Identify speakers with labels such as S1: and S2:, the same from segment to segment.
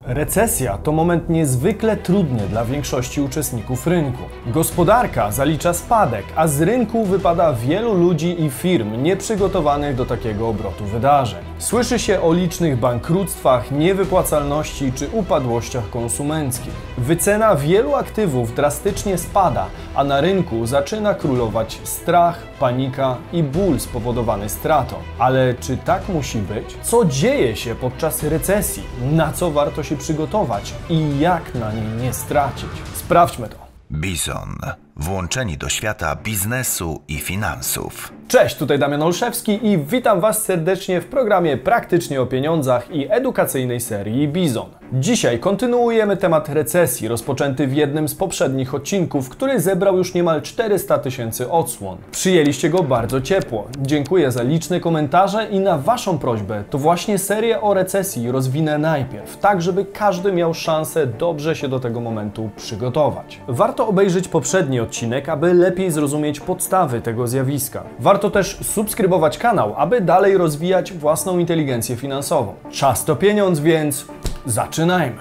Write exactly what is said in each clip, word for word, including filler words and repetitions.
S1: Recesja to moment niezwykle trudny dla większości uczestników rynku. Gospodarka zalicza spadek, a z rynku wypada wielu ludzi i firm nieprzygotowanych do takiego obrotu wydarzeń. Słyszy się o licznych bankructwach, niewypłacalności czy upadłościach konsumenckich. Wycena wielu aktywów drastycznie spada, a na rynku zaczyna królować strach, panika i ból spowodowany stratą. Ale czy tak musi być? Co dzieje się podczas recesji? Na co warto się przygotować i jak na niej nie stracić? Sprawdźmy to.
S2: Bizon. Włączeni do świata biznesu i finansów.
S1: Cześć, tutaj Damian Olszewski i witam Was serdecznie w programie Praktycznie o pieniądzach i edukacyjnej serii Bizon. Dzisiaj kontynuujemy temat recesji, rozpoczęty w jednym z poprzednich odcinków, który zebrał już niemal czterysta tysięcy odsłon. Przyjęliście go bardzo ciepło. Dziękuję za liczne komentarze i na Waszą prośbę to właśnie serię o recesji rozwinę najpierw, tak żeby każdy miał szansę dobrze się do tego momentu przygotować. Warto obejrzeć poprzedni odcinek, aby lepiej zrozumieć podstawy tego zjawiska. Warto też subskrybować kanał, aby dalej rozwijać własną inteligencję finansową. Czas to pieniądz, więc zaczynajmy!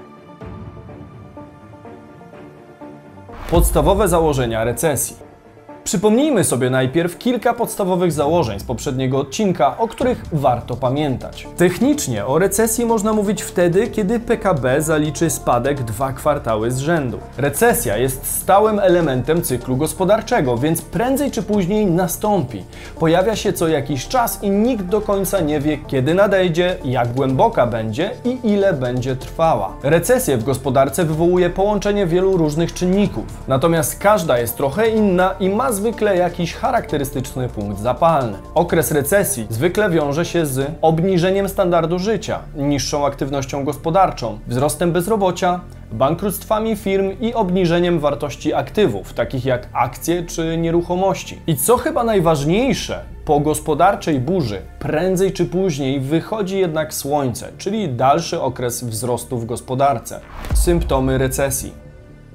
S1: Podstawowe założenia recesji. Przypomnijmy sobie najpierw kilka podstawowych założeń z poprzedniego odcinka, o których warto pamiętać. Technicznie o recesji można mówić wtedy, kiedy P K B zaliczy spadek dwa kwartały z rzędu. Recesja jest stałym elementem cyklu gospodarczego, więc prędzej czy później nastąpi. Pojawia się co jakiś czas i nikt do końca nie wie, kiedy nadejdzie, jak głęboka będzie i ile będzie trwała. Recesję w gospodarce wywołuje połączenie wielu różnych czynników. Natomiast każda jest trochę inna i ma zwykle jakiś charakterystyczny punkt zapalny. Okres recesji zwykle wiąże się z obniżeniem standardu życia, niższą aktywnością gospodarczą, wzrostem bezrobocia, bankructwami firm i obniżeniem wartości aktywów, takich jak akcje czy nieruchomości. I co chyba najważniejsze, po gospodarczej burzy prędzej czy później wychodzi jednak słońce, czyli dalszy okres wzrostu w gospodarce. Symptomy recesji.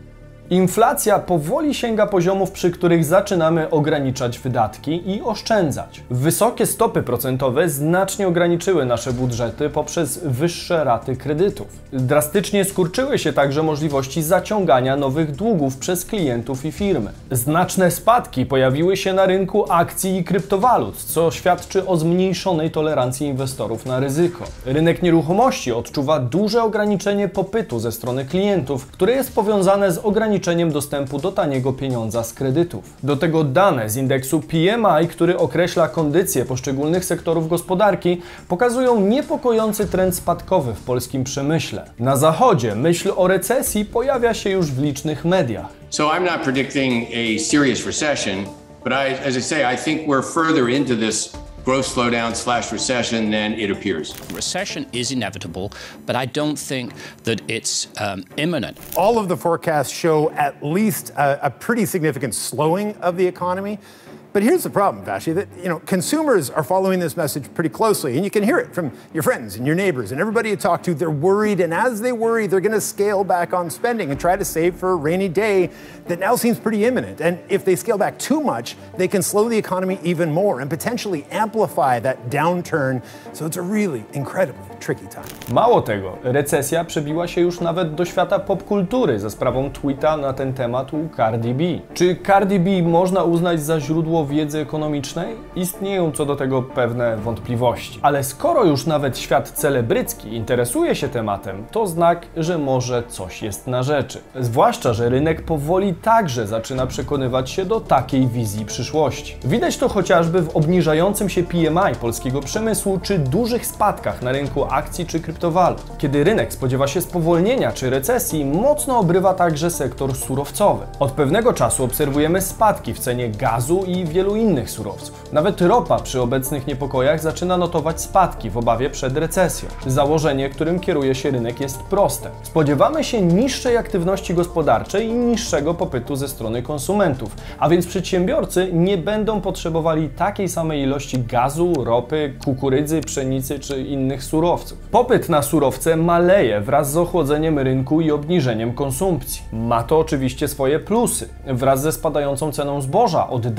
S1: Inflacja powoli sięga poziomów, przy których zaczynamy ograniczać wydatki i oszczędzać. Wysokie stopy procentowe znacznie ograniczyły nasze budżety poprzez wyższe raty kredytów. Drastycznie skurczyły się także możliwości zaciągania nowych długów przez klientów i firmy. Znaczne spadki pojawiły się na rynku akcji i kryptowalut, co świadczy o zmniejszonej tolerancji inwestorów na ryzyko. Rynek nieruchomości odczuwa duże ograniczenie popytu ze strony klientów, które jest powiązane z ograniczeniem dostępu do taniego pieniądza z kredytów. Do tego dane z indeksu P M I, który określa kondycję poszczególnych sektorów gospodarki, pokazują niepokojący trend spadkowy w polskim przemyśle. Na zachodzie myśl o recesji pojawia się już w licznych mediach.
S3: So I'm not predicting a serious recession, but I, as I say, I think we're further into this growth slowdown slash recession than it appears.
S4: Recession is inevitable, but I don't think that it's um, imminent.
S5: All of the forecasts show at least a, a pretty significant slowing of the economy. But here's the problem, Vashi, that you know, consumers are following this message pretty closely, and you can hear it from your friends and your neighbors and everybody you talk to. They're worried, and as they worry, they're going to scale back on spending and try to save for a rainy day that now seems pretty imminent. And if they scale back too much, they can slow the economy even more and potentially amplify that downturn. So it's a really incredibly tricky time.
S1: Mało tego, recesja przebiła się już nawet do świata popkultury za sprawą tweeta na ten temat u Cardi B. Czy Cardi B można uznać za źródło wiedzy ekonomicznej? Istnieją co do tego pewne wątpliwości. Ale skoro już nawet świat celebrycki interesuje się tematem, to znak, że może coś jest na rzeczy. Zwłaszcza, że rynek powoli także zaczyna przekonywać się do takiej wizji przyszłości. Widać to chociażby w obniżającym się P M I polskiego przemysłu czy dużych spadkach na rynku akcji czy kryptowalut. Kiedy rynek spodziewa się spowolnienia czy recesji, mocno obrywa także sektor surowcowy. Od pewnego czasu obserwujemy spadki w cenie gazu i wielu innych surowców. Nawet ropa przy obecnych niepokojach zaczyna notować spadki w obawie przed recesją. Założenie, którym kieruje się rynek, jest proste. Spodziewamy się niższej aktywności gospodarczej i niższego popytu ze strony konsumentów, a więc przedsiębiorcy nie będą potrzebowali takiej samej ilości gazu, ropy, kukurydzy, pszenicy czy innych surowców. Popyt na surowce maleje wraz z ochłodzeniem rynku i obniżeniem konsumpcji. Ma to oczywiście swoje plusy. Wraz ze spadającą ceną zboża oddala się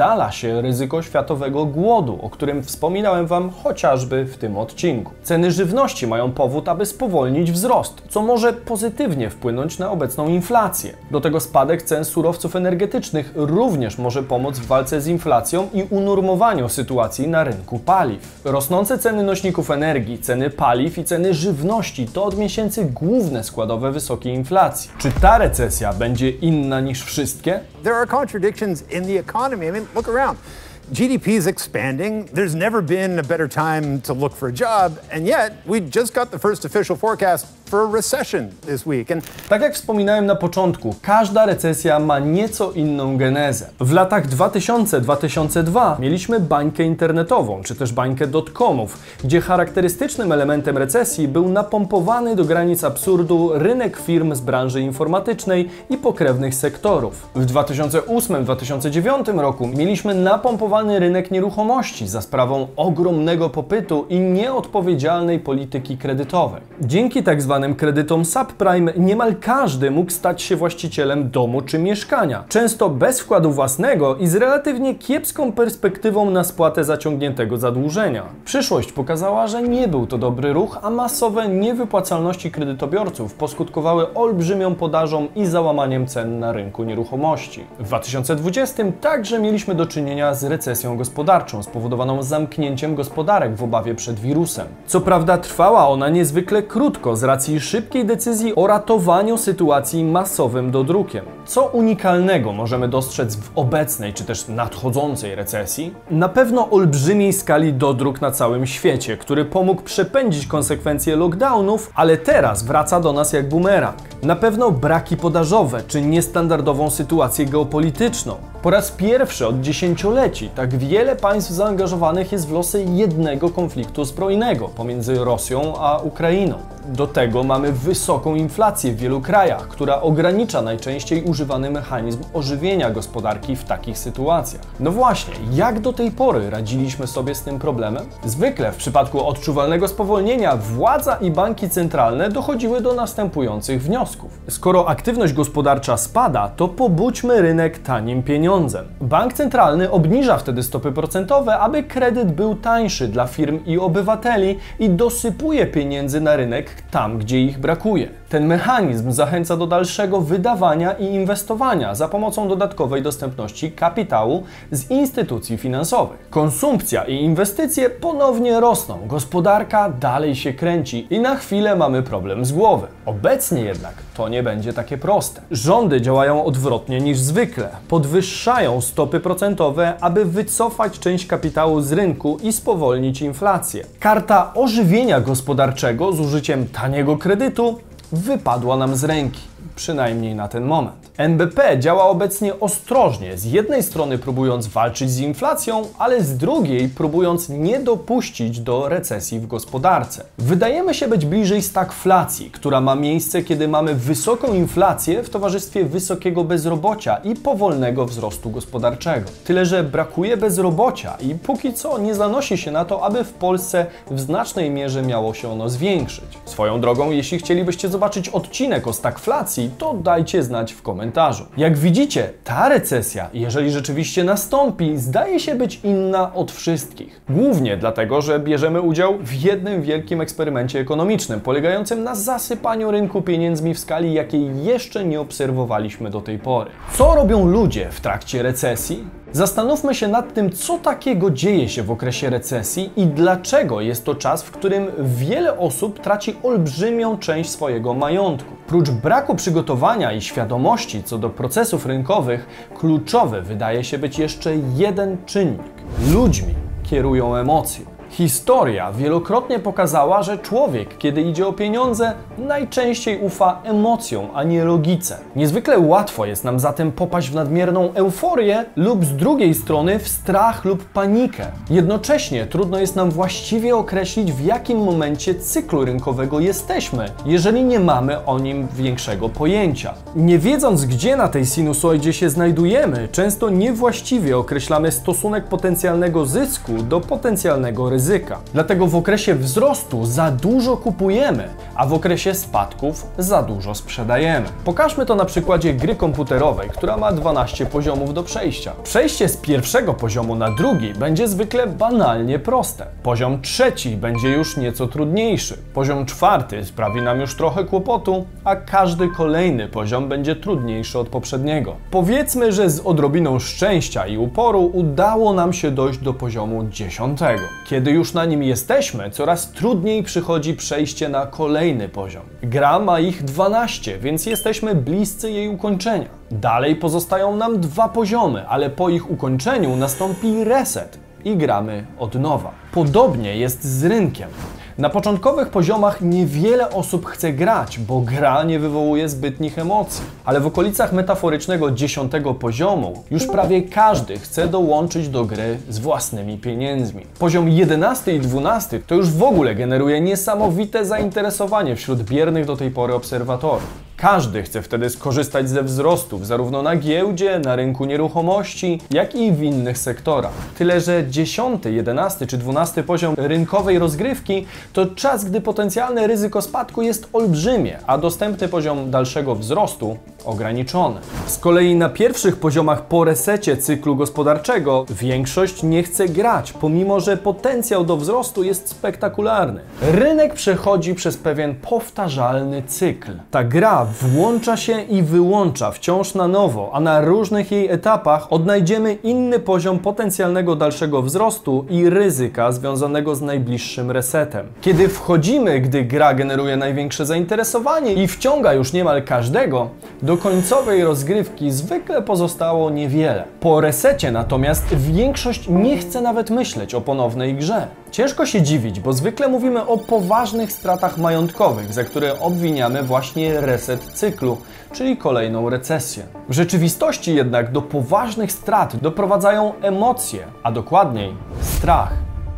S1: się ryzyko światowego głodu, o którym wspominałem Wam chociażby w tym odcinku. Ceny żywności mają powód, aby spowolnić wzrost, co może pozytywnie wpłynąć na obecną inflację. Do tego spadek cen surowców energetycznych również może pomóc w walce z inflacją i unormowaniu sytuacji na rynku paliw. Rosnące ceny nośników energii, ceny paliw i ceny żywności to od miesięcy główne składowe wysokiej inflacji. Czy ta recesja będzie inna niż wszystkie?
S5: There are contradictions in the economy. I mean, look around. G D P is expanding. There's never been a better time to look for a job, and yet we just got the first official forecast for a recession this week. And
S1: tak jak wspominałem na początku, każda recesja ma nieco inną genezę. W latach dwa tysiące do dwa tysiące drugiego mieliśmy bańkę internetową, czy też bańkę dotcomów, gdzie charakterystycznym elementem recesji był napompowany do granic absurdu rynek firm z branży informatycznej i pokrewnych sektorów. W dwa tysiące ósmym do dwa tysiące dziewiątym roku mieliśmy napompowany rynek nieruchomości za sprawą ogromnego popytu i nieodpowiedzialnej polityki kredytowej. Dzięki tak zwanym kredytom subprime niemal każdy mógł stać się właścicielem domu czy mieszkania, często bez wkładu własnego i z relatywnie kiepską perspektywą na spłatę zaciągniętego zadłużenia. Przyszłość pokazała, że nie był to dobry ruch, a masowe niewypłacalności kredytobiorców poskutkowały olbrzymią podażą i załamaniem cen na rynku nieruchomości. W dwa tysiące dwudziestym także mieliśmy do czynienia z recesją gospodarczą spowodowaną zamknięciem gospodarek w obawie przed wirusem. Co prawda trwała ona niezwykle krótko z racji szybkiej decyzji o ratowaniu sytuacji masowym dodrukiem. Co unikalnego możemy dostrzec w obecnej czy też nadchodzącej recesji? Na pewno olbrzymiej skali dodruk na całym świecie, który pomógł przepędzić konsekwencje lockdownów, ale teraz wraca do nas jak bumerang. Na pewno braki podażowe czy niestandardową sytuację geopolityczną. Po raz pierwszy od dziesięcioleci tak wiele państw zaangażowanych jest w losy jednego konfliktu zbrojnego pomiędzy Rosją a Ukrainą. Do tego mamy wysoką inflację w wielu krajach, która ogranicza najczęściej używany mechanizm ożywienia gospodarki w takich sytuacjach. No właśnie, jak do tej pory radziliśmy sobie z tym problemem? Zwykle w przypadku odczuwalnego spowolnienia władza i banki centralne dochodziły do następujących wniosków. Skoro aktywność gospodarcza spada, to pobudźmy rynek tanim pieniądzem. Bank centralny obniża wtedy stopy procentowe, aby kredyt był tańszy dla firm i obywateli i dosypuje pieniędzy na rynek tam, gdzie ich brakuje. Ten mechanizm zachęca do dalszego wydawania i inwestowania za pomocą dodatkowej dostępności kapitału z instytucji finansowych. Konsumpcja i inwestycje ponownie rosną, gospodarka dalej się kręci i na chwilę mamy problem z głowy. Obecnie jednak to nie będzie takie proste. Rządy działają odwrotnie niż zwykle. Podwyższają stopy procentowe, aby wycofać część kapitału z rynku i spowolnić inflację. Karta ożywienia gospodarczego z użyciem taniego kredytu wypadła nam z ręki, przynajmniej na ten moment. N B P działa obecnie ostrożnie, z jednej strony próbując walczyć z inflacją, ale z drugiej próbując nie dopuścić do recesji w gospodarce. Wydajemy się być bliżej stagflacji, która ma miejsce, kiedy mamy wysoką inflację w towarzystwie wysokiego bezrobocia i powolnego wzrostu gospodarczego. Tyle że brakuje bezrobocia i póki co nie zanosi się na to, aby w Polsce w znacznej mierze miało się ono zwiększyć. Swoją drogą, jeśli chcielibyście zobaczyć odcinek o stagflacji, to dajcie znać w komentarzu. Jak widzicie, ta recesja, jeżeli rzeczywiście nastąpi, zdaje się być inna od wszystkich. Głównie dlatego, że bierzemy udział w jednym wielkim eksperymencie ekonomicznym, polegającym na zasypaniu rynku pieniędzmi w skali, jakiej jeszcze nie obserwowaliśmy do tej pory. Co robią ludzie w trakcie recesji? Zastanówmy się nad tym, co takiego dzieje się w okresie recesji i dlaczego jest to czas, w którym wiele osób traci olbrzymią część swojego majątku. Prócz braku przygotowania i świadomości co do procesów rynkowych, kluczowy wydaje się być jeszcze jeden czynnik. Ludźmi kierują emocje. Historia wielokrotnie pokazała, że człowiek, kiedy idzie o pieniądze, najczęściej ufa emocjom, a nie logice. Niezwykle łatwo jest nam zatem popaść w nadmierną euforię lub z drugiej strony w strach lub panikę. Jednocześnie trudno jest nam właściwie określić, w jakim momencie cyklu rynkowego jesteśmy, jeżeli nie mamy o nim większego pojęcia. Nie wiedząc, gdzie na tej sinusoidzie się znajdujemy, często niewłaściwie określamy stosunek potencjalnego zysku do potencjalnego ryzyka. ryzyka. Dlatego w okresie wzrostu za dużo kupujemy, a w okresie spadków za dużo sprzedajemy. Pokażmy to na przykładzie gry komputerowej, która ma dwanaście poziomów do przejścia. Przejście z pierwszego poziomu na drugi będzie zwykle banalnie proste. Poziom trzeci będzie już nieco trudniejszy. Poziom czwarty sprawi nam już trochę kłopotu, a każdy kolejny poziom będzie trudniejszy od poprzedniego. Powiedzmy, że z odrobiną szczęścia i uporu udało nam się dojść do poziomu dziesiątego. Kiedy już na nim jesteśmy, coraz trudniej przychodzi przejście na kolejny poziom. Gra ma ich dwanaście, więc jesteśmy bliscy jej ukończenia. Dalej pozostają nam dwa poziomy, ale po ich ukończeniu nastąpi reset i gramy od nowa. Podobnie jest z rynkiem. Na początkowych poziomach niewiele osób chce grać, bo gra nie wywołuje zbytnich emocji. Ale w okolicach metaforycznego dziesiątego poziomu już prawie każdy chce dołączyć do gry z własnymi pieniędzmi. Poziom jedenasty i dwunasty to już w ogóle generuje niesamowite zainteresowanie wśród biernych do tej pory obserwatorów. Każdy chce wtedy skorzystać ze wzrostów, zarówno na giełdzie, na rynku nieruchomości, jak i w innych sektorach. Tyle, że dziesiąty, jedenasty czy dwunasty poziom rynkowej rozgrywki to czas, gdy potencjalne ryzyko spadku jest olbrzymie, a dostępny poziom dalszego wzrostu ograniczony. Z kolei na pierwszych poziomach po resecie cyklu gospodarczego większość nie chce grać, pomimo że potencjał do wzrostu jest spektakularny. Rynek przechodzi przez pewien powtarzalny cykl. Ta gra włącza się i wyłącza wciąż na nowo, a na różnych jej etapach odnajdziemy inny poziom potencjalnego dalszego wzrostu i ryzyka związanego z najbliższym resetem. Kiedy wchodzimy, gdy gra generuje największe zainteresowanie i wciąga już niemal każdego, do końcowej rozgrywki zwykle pozostało niewiele. Po resecie natomiast większość nie chce nawet myśleć o ponownej grze. Ciężko się dziwić, bo zwykle mówimy o poważnych stratach majątkowych, za które obwiniamy właśnie reset cyklu, czyli kolejną recesję. W rzeczywistości jednak do poważnych strat doprowadzają emocje, a dokładniej strach.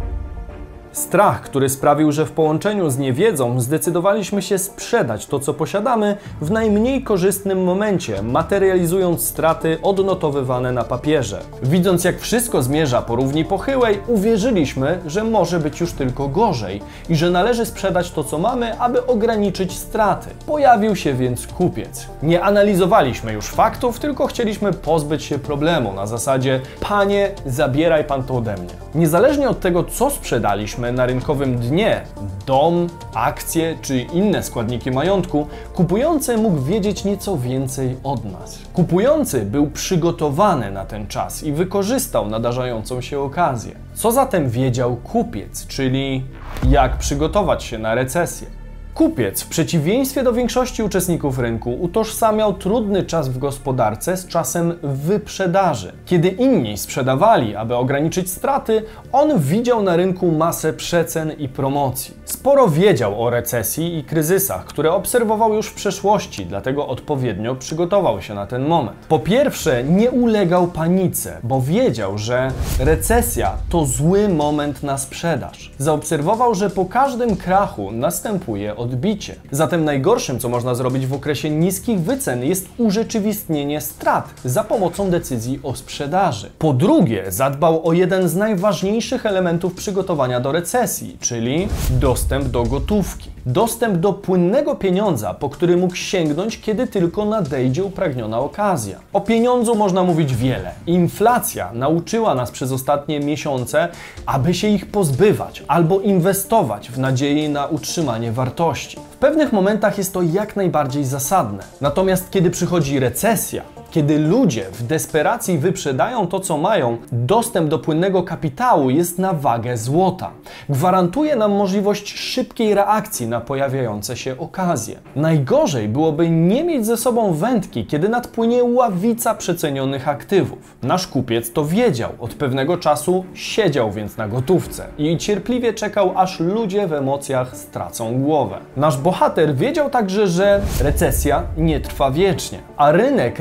S1: Strach, który sprawił, że w połączeniu z niewiedzą zdecydowaliśmy się sprzedać to, co posiadamy w najmniej korzystnym momencie, materializując straty odnotowywane na papierze. Widząc, jak wszystko zmierza po równi pochyłej, uwierzyliśmy, że może być już tylko gorzej i że należy sprzedać to, co mamy, aby ograniczyć straty. Pojawił się więc kupiec. Nie analizowaliśmy już faktów, tylko chcieliśmy pozbyć się problemu na zasadzie: panie, zabieraj pan to ode mnie. Niezależnie od tego, co sprzedaliśmy na rynkowym dnie, dom, akcje czy inne składniki majątku, kupujący mógł wiedzieć nieco więcej od nas. Kupujący był przygotowany na ten czas i wykorzystał nadarzającą się okazję. Co zatem wiedział kupiec, czyli jak przygotować się na recesję? Kupiec, w przeciwieństwie do większości uczestników rynku, utożsamiał trudny czas w gospodarce z czasem wyprzedaży. Kiedy inni sprzedawali, aby ograniczyć straty, on widział na rynku masę przecen i promocji. Sporo wiedział o recesji i kryzysach, które obserwował już w przeszłości, dlatego odpowiednio przygotował się na ten moment. Po pierwsze, nie ulegał panice, bo wiedział, że recesja to zły moment na sprzedaż. Zaobserwował, że po każdym krachu następuje odbicie. Zatem najgorszym, co można zrobić w okresie niskich wycen, jest urzeczywistnienie strat za pomocą decyzji o sprzedaży. Po drugie, zadbał o jeden z najważniejszych elementów przygotowania do recesji, czyli dostęp do gotówki. Dostęp do płynnego pieniądza, po który mógł sięgnąć, kiedy tylko nadejdzie upragniona okazja. O pieniądzu można mówić wiele. Inflacja nauczyła nas przez ostatnie miesiące, aby się ich pozbywać albo inwestować w nadziei na utrzymanie wartości. W pewnych momentach jest to jak najbardziej zasadne. Natomiast kiedy przychodzi recesja, kiedy ludzie w desperacji wyprzedają to, co mają, dostęp do płynnego kapitału jest na wagę złota. Gwarantuje nam możliwość szybkiej reakcji na pojawiające się okazje. Najgorzej byłoby nie mieć ze sobą wędki, kiedy nadpłynie ławica przecenionych aktywów. Nasz kupiec to wiedział, od pewnego czasu siedział więc na gotówce i cierpliwie czekał, aż ludzie w emocjach stracą głowę. Nasz bohater wiedział także, że recesja nie trwa wiecznie, a rynek relatywnie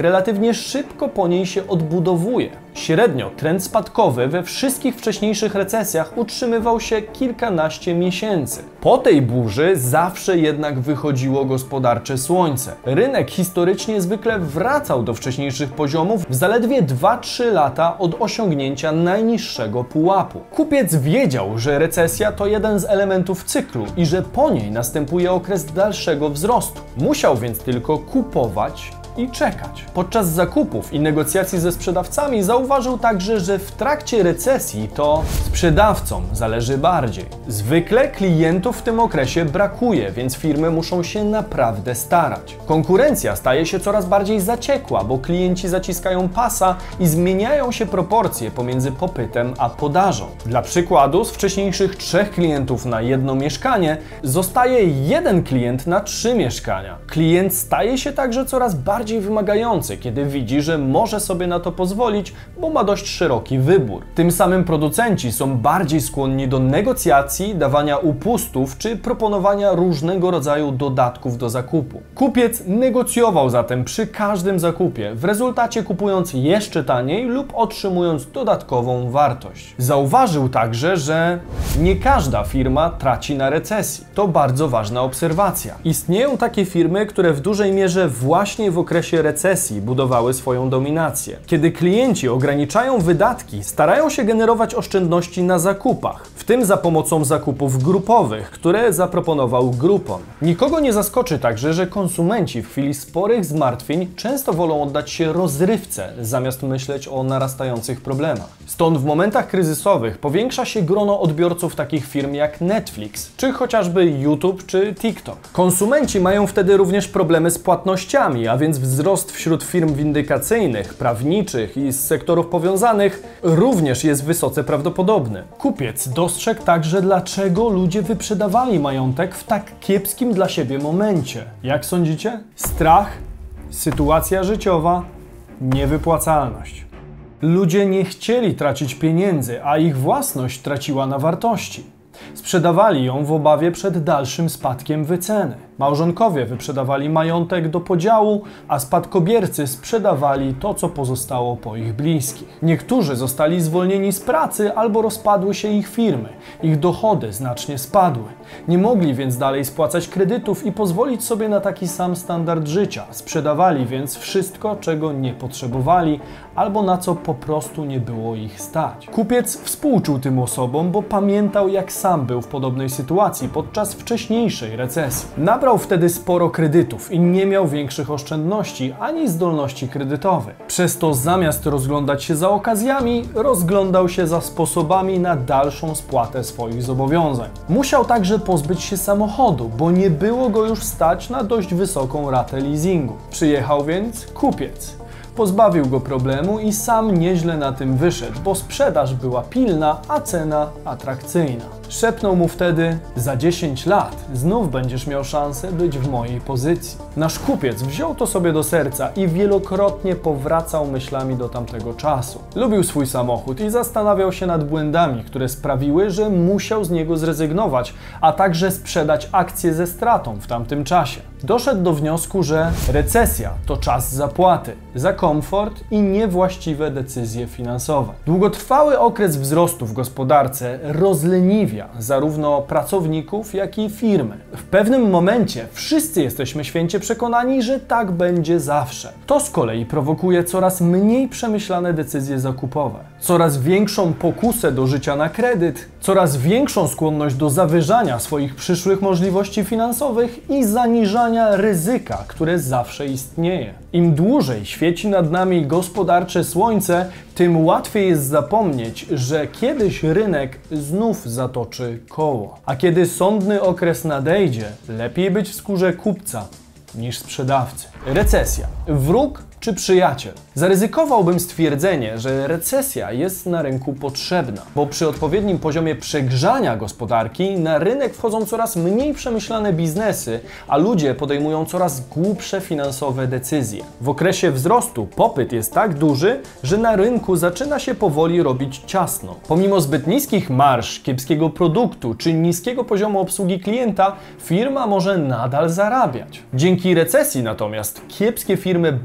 S1: relatywnie szybko po niej się odbudowuje. Średnio trend spadkowy we wszystkich wcześniejszych recesjach utrzymywał się kilkanaście miesięcy. Po tej burzy zawsze jednak wychodziło gospodarcze słońce. Rynek historycznie zwykle wracał do wcześniejszych poziomów w zaledwie dwa trzy lata od osiągnięcia najniższego pułapu. Kupiec wiedział, że recesja to jeden z elementów cyklu i że po niej następuje okres dalszego wzrostu. Musiał więc tylko kupować i czekać. Podczas zakupów i negocjacji ze sprzedawcami zauważył także, że w trakcie recesji to sprzedawcom zależy bardziej. Zwykle klientów w tym okresie brakuje, więc firmy muszą się naprawdę starać. Konkurencja staje się coraz bardziej zaciekła, bo klienci zaciskają pasa i zmieniają się proporcje pomiędzy popytem a podażą. Dla przykładu, z wcześniejszych trzech klientów na jedno mieszkanie zostaje jeden klient na trzy mieszkania. Klient staje się także coraz bardziej bardziej wymagający, kiedy widzi, że może sobie na to pozwolić, bo ma dość szeroki wybór. Tym samym producenci są bardziej skłonni do negocjacji, dawania upustów czy proponowania różnego rodzaju dodatków do zakupu. Kupiec negocjował zatem przy każdym zakupie, w rezultacie kupując jeszcze taniej lub otrzymując dodatkową wartość. Zauważył także, że nie każda firma traci na recesji. To bardzo ważna obserwacja. Istnieją takie firmy, które w dużej mierze właśnie w okresie recesji budowały swoją dominację. Kiedy klienci ograniczają wydatki, starają się generować oszczędności na zakupach, w tym za pomocą zakupów grupowych, które zaproponował Groupon. Nikogo nie zaskoczy także, że konsumenci w chwili sporych zmartwień często wolą oddać się rozrywce, zamiast myśleć o narastających problemach. Stąd w momentach kryzysowych powiększa się grono odbiorców takich firm jak Netflix, czy chociażby YouTube, czy TikTok. Konsumenci mają wtedy również problemy z płatnościami, a więc wzrost wśród firm windykacyjnych, prawniczych i z sektorów powiązanych również jest wysoce prawdopodobny. Kupiec dostrzegł także, dlaczego ludzie wyprzedawali majątek w tak kiepskim dla siebie momencie. Jak sądzicie? Strach, sytuacja życiowa, niewypłacalność. Ludzie nie chcieli tracić pieniędzy, a ich własność traciła na wartości. Sprzedawali ją w obawie przed dalszym spadkiem wyceny. Małżonkowie wyprzedawali majątek do podziału, a spadkobiercy sprzedawali to, co pozostało po ich bliskich. Niektórzy zostali zwolnieni z pracy albo rozpadły się ich firmy. Ich dochody znacznie spadły. Nie mogli więc dalej spłacać kredytów i pozwolić sobie na taki sam standard życia. Sprzedawali więc wszystko, czego nie potrzebowali albo na co po prostu nie było ich stać. Kupiec współczuł tym osobom, bo pamiętał, jak sam był w podobnej sytuacji podczas wcześniejszej recesji. Nabrał wtedy sporo kredytów i nie miał większych oszczędności ani zdolności kredytowej. Przez to zamiast rozglądać się za okazjami, rozglądał się za sposobami na dalszą spłatę swoich zobowiązań. Musiał także pozbyć się samochodu, bo nie było go już stać na dość wysoką ratę leasingu. Przyjechał więc kupiec. Pozbawił go problemu i sam nieźle na tym wyszedł, bo sprzedaż była pilna, a cena atrakcyjna. Szepnął mu wtedy: za dziesięć lat znów będziesz miał szansę być w mojej pozycji. Nasz kupiec wziął to sobie do serca i wielokrotnie powracał myślami do tamtego czasu. Lubił swój samochód i zastanawiał się nad błędami, które sprawiły, że musiał z niego zrezygnować, a także sprzedać akcje ze stratą w tamtym czasie. Doszedł do wniosku, że recesja to czas zapłaty za komfort i niewłaściwe decyzje finansowe. Długotrwały okres wzrostu w gospodarce rozleniwia zarówno pracowników, jak i firmy. W pewnym momencie wszyscy jesteśmy święcie przekonani, że tak będzie zawsze. To z kolei prowokuje coraz mniej przemyślane decyzje zakupowe, coraz większą pokusę do życia na kredyt, coraz większą skłonność do zawyżania swoich przyszłych możliwości finansowych i zaniżania ryzyka, które zawsze istnieje. Im dłużej świeci nad nami gospodarcze słońce, tym łatwiej jest zapomnieć, że kiedyś rynek znów zatoczy koło. A kiedy sądny okres nadejdzie, lepiej być w skórze kupca niż sprzedawcy. Recesja. Wróg czy przyjaciel? Zaryzykowałbym stwierdzenie, że recesja jest na rynku potrzebna, bo przy odpowiednim poziomie przegrzania gospodarki na rynek wchodzą coraz mniej przemyślane biznesy, a ludzie podejmują coraz głupsze finansowe decyzje. W okresie wzrostu popyt jest tak duży, że na rynku zaczyna się powoli robić ciasno. Pomimo zbyt niskich marż, kiepskiego produktu czy niskiego poziomu obsługi klienta, firma może nadal zarabiać. Dzięki recesji natomiast kiepskie firmy bankrutują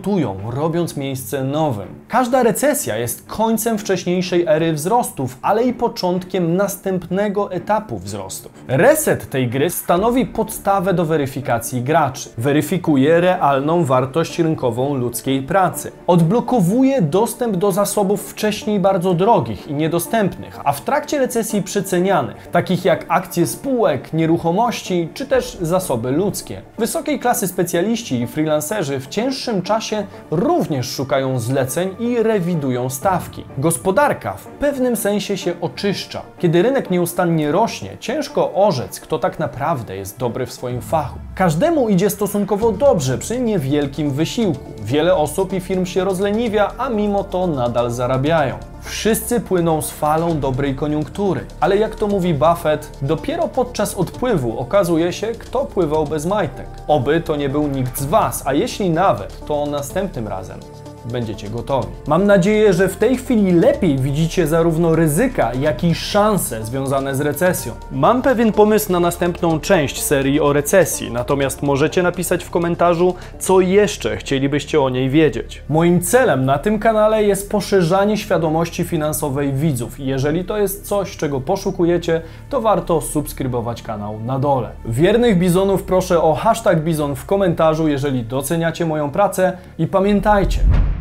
S1: bankrutują, robiąc miejsce nowym. Każda recesja jest końcem wcześniejszej ery wzrostów, ale i początkiem następnego etapu wzrostów. Reset tej gry stanowi podstawę do weryfikacji graczy. Weryfikuje realną wartość rynkową ludzkiej pracy. Odblokowuje dostęp do zasobów wcześniej bardzo drogich i niedostępnych, a w trakcie recesji przecenianych, takich jak akcje spółek, nieruchomości czy też zasoby ludzkie. Wysokiej klasy specjaliści i freelancerzy w cięższym czasie również szukają zleceń i rewidują stawki. Gospodarka w pewnym sensie się oczyszcza. Kiedy rynek nieustannie rośnie, ciężko orzec, kto tak naprawdę jest dobry w swoim fachu. Każdemu idzie stosunkowo dobrze przy niewielkim wysiłku. Wiele osób i firm się rozleniwia, a mimo to nadal zarabiają. Wszyscy płyną z falą dobrej koniunktury, ale jak to mówi Buffett, dopiero podczas odpływu okazuje się, kto pływał bez majtek. Oby to nie był nikt z Was, a jeśli nawet, to następnym razem będziecie gotowi. Mam nadzieję, że w tej chwili lepiej widzicie zarówno ryzyka, jak i szanse związane z recesją. Mam pewien pomysł na następną część serii o recesji, natomiast możecie napisać w komentarzu, co jeszcze chcielibyście o niej wiedzieć. Moim celem na tym kanale jest poszerzanie świadomości finansowej widzów. Jeżeli to jest coś, czego poszukujecie, to warto subskrybować kanał na dole. Wiernych bizonów proszę o hashtag bizon w komentarzu, jeżeli doceniacie moją pracę i pamiętajcie,